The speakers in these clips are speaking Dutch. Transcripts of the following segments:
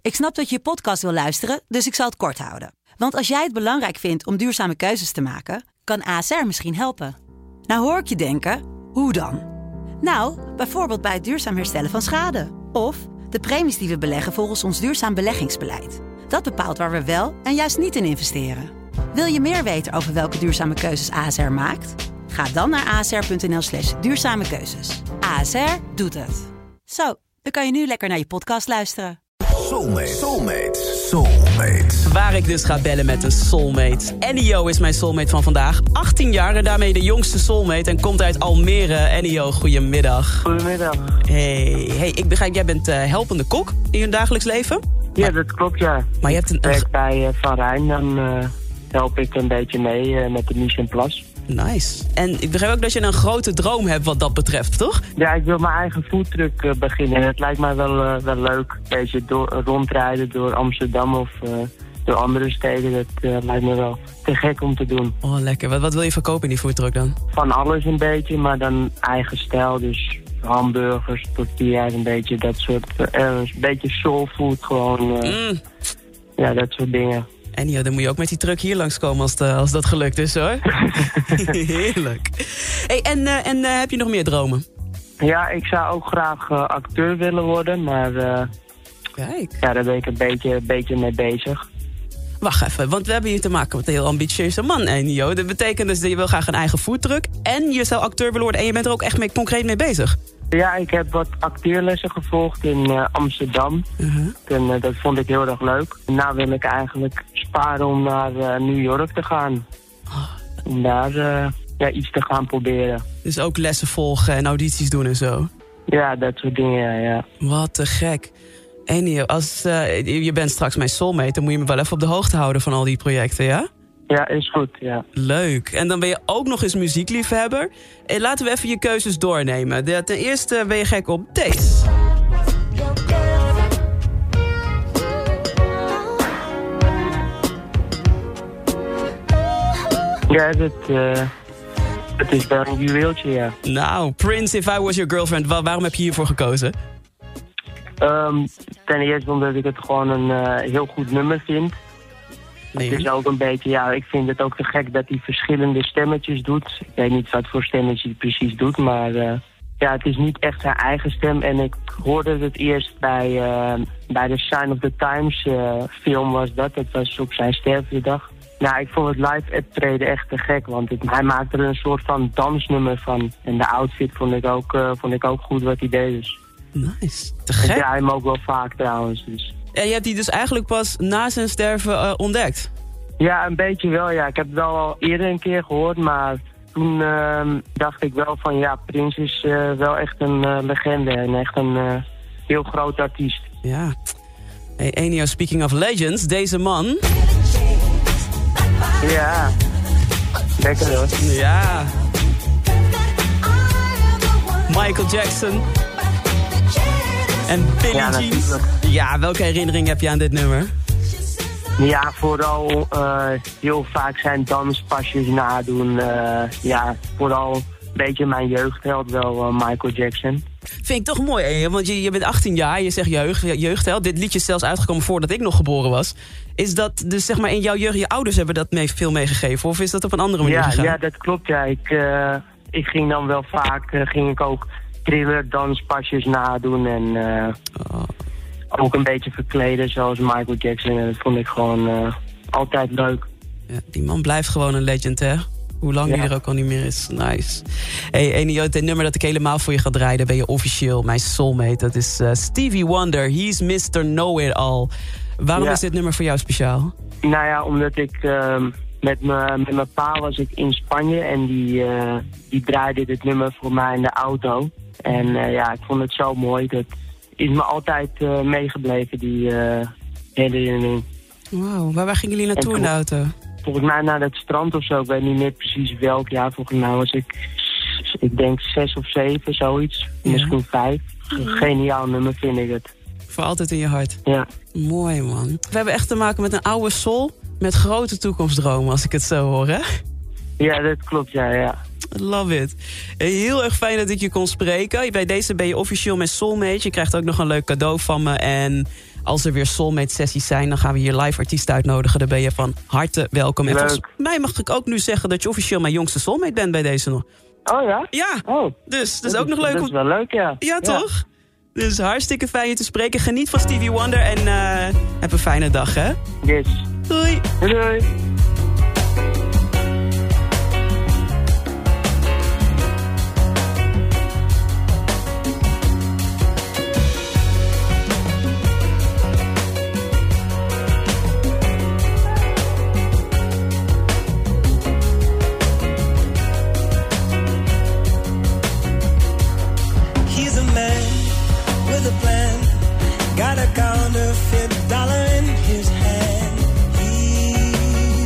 Ik snap dat je podcast wil luisteren, dus ik zal het kort houden. Want als jij het belangrijk vindt om duurzame keuzes te maken, kan ASR misschien helpen. Nou hoor ik je denken, hoe dan? Nou, bijvoorbeeld bij het duurzaam herstellen van schade. Of de premies die we beleggen volgens ons duurzaam beleggingsbeleid. Dat bepaalt waar we wel en juist niet in investeren. Wil je meer weten over welke duurzame keuzes ASR maakt? Ga dan naar asr.nl/duurzame keuzes. ASR doet het. Zo, dan kan je nu lekker naar je podcast luisteren. Soulmate. Waar ik dus ga bellen met een soulmate. Ennio is mijn soulmate van vandaag. 18 jaar en daarmee de jongste soulmate. En komt uit Almere. Ennio, goedemiddag. Goedemiddag. Hey, ik begrijp, jij bent helpende kok in je dagelijks leven? Ja, dat klopt, ja. Maar je hebt een... Ik werk bij Van Rijn, dan help ik een beetje mee met de mise en place. Nice. En ik begrijp ook dat je een grote droom hebt wat dat betreft, toch? Ja, ik wil mijn eigen foodtruck beginnen. Het lijkt mij wel leuk. Een beetje rondrijden door Amsterdam of door andere steden. Dat lijkt me wel te gek om te doen. Oh, lekker. Wat wil je verkopen in die foodtruck dan? Van alles een beetje, maar dan eigen stijl. Dus hamburgers, tortillas, een beetje dat soort... een beetje soulfood gewoon. Ja, dat soort dingen. En ja, dan moet je ook met die truck hier langskomen als dat gelukt is, hoor. Heerlijk. Hey, en heb je nog meer dromen? Ja, ik zou ook graag acteur willen worden, maar Kijk. Ja, daar ben ik een beetje mee bezig. Wacht even, want we hebben hier te maken met een heel ambitieuze man, Ennio. Dat betekent dus dat je wil graag een eigen foodtruck en je zou acteur willen worden en je bent er ook echt concreet mee bezig. Ja, ik heb wat acteerlessen gevolgd in Amsterdam. En dat vond ik heel erg leuk. En nou wil ik eigenlijk sparen om naar New York te gaan. Om daar iets te gaan proberen. Dus ook lessen volgen en audities doen en zo? Ja, dat soort dingen, ja. Wat te gek. Ennio, als je bent straks mijn soulmate, dan moet je me wel even op de hoogte houden van al die projecten, ja? Ja, is goed, ja. Leuk. En dan ben je ook nog eens muziekliefhebber. En laten we even je keuzes doornemen. Ten eerste ben je gek op deze. Ja, het is wel een juweeltje, ja. Nou, Prince, If I Was Your Girlfriend. Waarom heb je hiervoor gekozen? Ten eerste omdat ik het gewoon een heel goed nummer vind. Nee. Het is ook een beetje, ja, ik vind het ook te gek dat hij verschillende stemmetjes doet. Ik weet niet wat voor stemmetjes hij precies doet, maar ja, het is niet echt zijn eigen stem. En ik hoorde het eerst bij de Sign of the Times film was dat. Dat was op zijn sterfdag. Nou, ik vond het live optreden echt te gek, want hij maakte er een soort van dansnummer van. En de outfit vond ik ook goed wat hij deed, dus. Nice, te gek. Ik draai hem ook wel vaak trouwens, dus. En je hebt die dus eigenlijk pas na zijn sterven ontdekt? Ja, een beetje wel, ja. Ik heb het wel al eerder een keer gehoord, maar toen dacht ik wel van ja, Prince is wel echt een legende en echt een heel groot artiest. Ja. Hey, Ennio, speaking of legends, deze man... Ja, lekker hoor. Ja. Michael Jackson. En Billie Jean. Ja, welke herinnering heb je aan dit nummer? Ja, vooral heel vaak zijn danspasjes nadoen. Ja, vooral een beetje mijn jeugdheld wel, Michael Jackson. Vind ik toch mooi, hè? Want je bent 18 jaar, je zegt jeugdheld. Dit liedje is zelfs uitgekomen voordat ik nog geboren was. Is dat dus zeg maar in jouw jeugd, je ouders hebben dat veel meegegeven? Of is dat op een andere manier gegaan? Ja, dat klopt, ja. Ik ging dan wel vaak, ging ik ook Thriller danspasjes nadoen en ook een beetje verkleden zoals Michael Jackson. En dat vond ik gewoon altijd leuk. Ja, die man blijft gewoon een legend, hè? Hoe lang die er ook al niet meer is. Nice. Hey, Ennio, het nummer dat ik helemaal voor je ga draaien, dan ben je officieel mijn soulmate. Dat is Stevie Wonder. He's Mr. Know-It-All. Waarom is dit nummer voor jou speciaal? Nou ja, omdat ik met mijn pa was ik in Spanje en die draaide dit nummer voor mij in de auto. En ja, ik vond het zo mooi. Dat is me altijd meegebleven, die herinnering. Wauw, waar gingen jullie naartoe in de auto? Volgens mij naar het strand of zo. Ik weet niet meer precies welk jaar. Volgens mij was ik denk 6 of 7, zoiets. Ja. Misschien 5. Geniaal nummer vind ik het. Voor altijd in je hart. Ja. Mooi, man. We hebben echt te maken met een oude soul met grote toekomstdromen, als ik het zo hoor, hè? Ja, dat klopt, ja. Love it. Heel erg fijn dat ik je kon spreken. Bij deze ben je officieel mijn soulmate. Je krijgt ook nog een leuk cadeau van me. En als er weer soulmate sessies zijn, dan gaan we hier live artiesten uitnodigen. Dan ben je van harte welkom. En volgens mij mag ik ook nu zeggen dat je officieel mijn jongste soulmate bent bij deze nog. Oh ja? Ja. Oh. Dus dat is ook nog leuk. Dat is wel leuk, ja. Ja, toch? Dus hartstikke fijn je te spreken. Geniet van Stevie Wonder en heb een fijne dag, hè? Yes. Doei. Doei. with a plan. Got a counterfeit dollar in his hand. He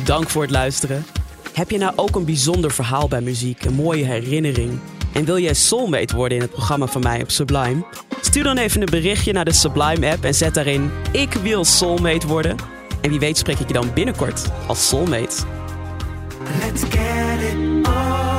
dank voor het luisteren. Heb je nou ook een bijzonder verhaal bij muziek, een mooie herinnering? En wil jij soulmate worden in het programma van mij op Sublime? Stuur dan even een berichtje naar de Sublime app en zet daarin: ik wil soulmate worden. En wie weet spreek ik je dan binnenkort als soulmate. Let's get it on.